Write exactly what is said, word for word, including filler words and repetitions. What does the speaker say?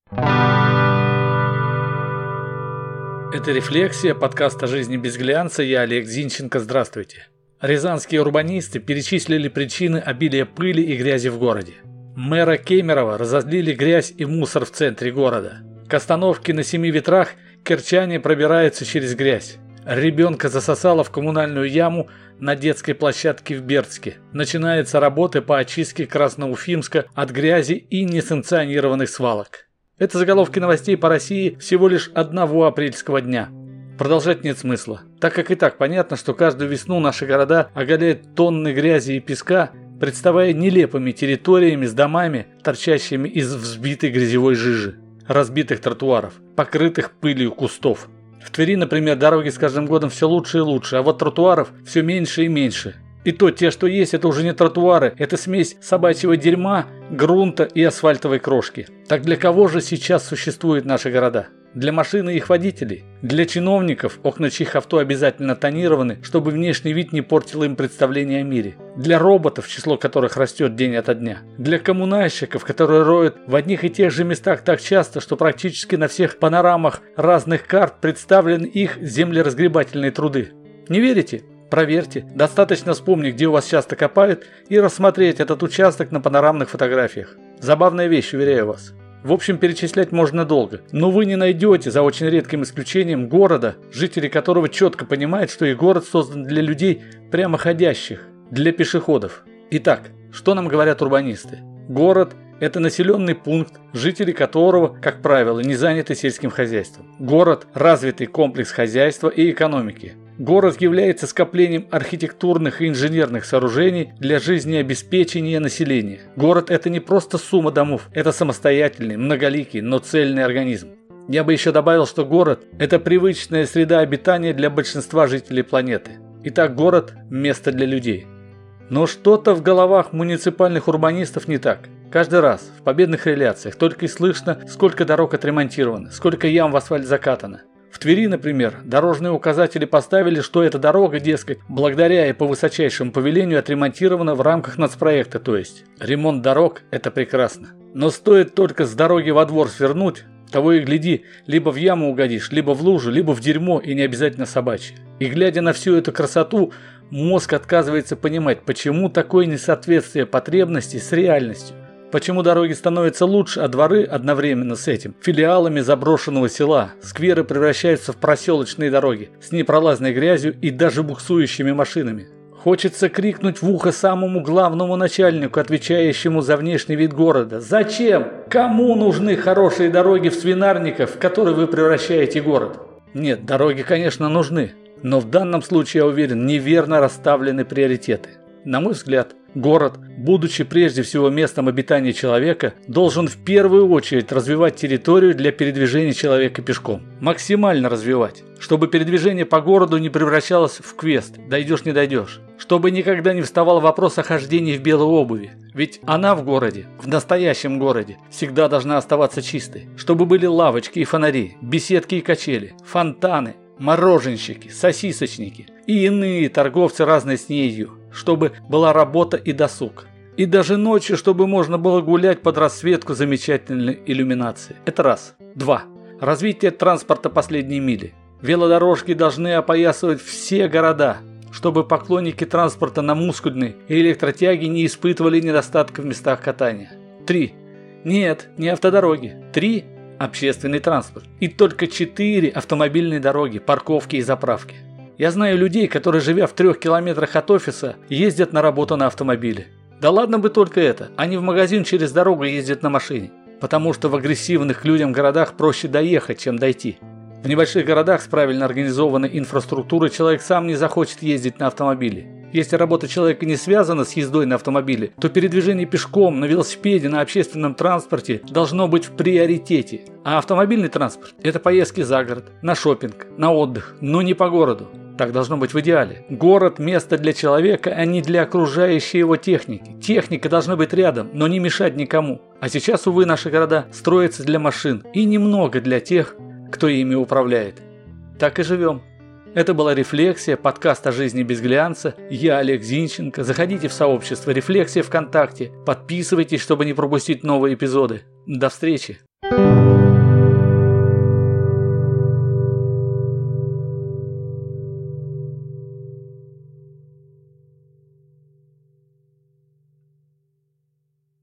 Это «Рефлексия», подкаст о жизни без глянца. Я Олег Зинченко. Здравствуйте. Рязанские урбанисты перечислили причины обилия пыли и грязи в городе. Мэра Кемерово разозлили грязь и мусор в центре города. К остановке на семи ветрах кирчане пробираются через грязь. Ребенка засосало в коммунальную яму на детской площадке в Бердске. Начинаются работы по очистке Красноуфимска от грязи и несанкционированных свалок. Это заголовки новостей по России всего лишь одного апрельского дня. Продолжать нет смысла, так как и так понятно, что каждую весну наши города оголяют тонны грязи и песка, представая нелепыми территориями с домами, торчащими из взбитой грязевой жижи, разбитых тротуаров, покрытых пылью кустов. В Твери, например, дороги с каждым годом все лучше и лучше, а вот тротуаров все меньше и меньше. И то, те, что есть, это уже не тротуары, это смесь собачьего дерьма, грунта и асфальтовой крошки. Так для кого же сейчас существуют наши города? Для машин и их водителей? Для чиновников, окна чьих авто обязательно тонированы, чтобы внешний вид не портил им представление о мире? Для роботов, число которых растет день ото дня? Для коммунальщиков, которые роют в одних и тех же местах так часто, что практически на всех панорамах разных карт представлены их землеразгребательные труды? Не верите? Проверьте. Достаточно вспомнить, где у вас часто копают, и рассмотреть этот участок на панорамных фотографиях. Забавная вещь, уверяю вас. В общем, перечислять можно долго, но вы не найдете, за очень редким исключением, города, жители которого четко понимают, что их город создан для людей прямоходящих, для пешеходов. Итак, что нам говорят урбанисты? Город – это населенный пункт, жители которого, как правило, не заняты сельским хозяйством. Город – развитый комплекс хозяйства и экономики. Город является скоплением архитектурных и инженерных сооружений для жизнеобеспечения населения. Город – это не просто сумма домов, это самостоятельный, многоликий, но цельный организм. Я бы еще добавил, что город – это привычная среда обитания для большинства жителей планеты. Итак, город – место для людей. Но что-то в головах муниципальных урбанистов не так. Каждый раз в победных реляциях только и слышно, сколько дорог отремонтировано, сколько ям в асфальт закатано. В Твери, например, дорожные указатели поставили, что эта дорога, дескать, благодаря и по высочайшему повелению отремонтирована в рамках нацпроекта, то есть ремонт дорог – это прекрасно. Но стоит только с дороги во двор свернуть, того и гляди, либо в яму угодишь, либо в лужу, либо в дерьмо, и не обязательно собачье. И глядя на всю эту красоту, мозг отказывается понимать, почему такое несоответствие потребностей с реальностью. Почему дороги становятся лучше, а дворы одновременно с этим филиалами заброшенного села, скверы превращаются в проселочные дороги с непролазной грязью и даже буксующими машинами. Хочется крикнуть в ухо самому главному начальнику, отвечающему за внешний вид города: зачем? Кому нужны хорошие дороги в свинарниках, в которые вы превращаете город? Нет, дороги, конечно, нужны, но в данном случае, я уверен, неверно расставлены приоритеты. На мой взгляд, город, будучи прежде всего местом обитания человека, должен в первую очередь развивать территорию для передвижения человека пешком. Максимально развивать, чтобы передвижение по городу не превращалось в квест «дойдешь, не дойдешь». Чтобы никогда не вставал вопрос о хождении в белой обуви. Ведь она в городе, в настоящем городе, всегда должна оставаться чистой. Чтобы были лавочки и фонари, беседки и качели, фонтаны, мороженщики, сосисочники и иные торговцы разной снедью, чтобы была работа и досуг. И даже ночью, чтобы можно было гулять под расцветку замечательной иллюминации. Это раз. Два. Развитие транспорта последней мили. Велодорожки должны опоясывать все города, чтобы поклонники транспорта на мускульной и электротяге не испытывали недостатка в местах катания. Три. Нет, не автодороги. Три. Общественный транспорт. И только четыре автомобильные дороги, парковки и заправки. Я знаю людей, которые, живя в трех километрах от офиса, ездят на работу на автомобиле. Да ладно бы только это, они в магазин через дорогу ездят на машине. Потому что в агрессивных к людям городах проще доехать, чем дойти. В небольших городах с правильно организованной инфраструктурой человек сам не захочет ездить на автомобиле. Если работа человека не связана с ездой на автомобиле, то передвижение пешком, на велосипеде, на общественном транспорте должно быть в приоритете. А автомобильный транспорт – это поездки за город, на шопинг, на отдых, но не по городу. Так должно быть в идеале. Город – место для человека, а не для окружающей его техники. Техника должна быть рядом, но не мешать никому. А сейчас, увы, наши города строятся для машин и немного для тех, кто ими управляет. Так и живем. Это была «Рефлексия», подкаст о жизни без глянца. Я Олег Зинченко. Заходите в сообщество «Рефлексия» ВКонтакте. Подписывайтесь, чтобы не пропустить новые эпизоды. До встречи.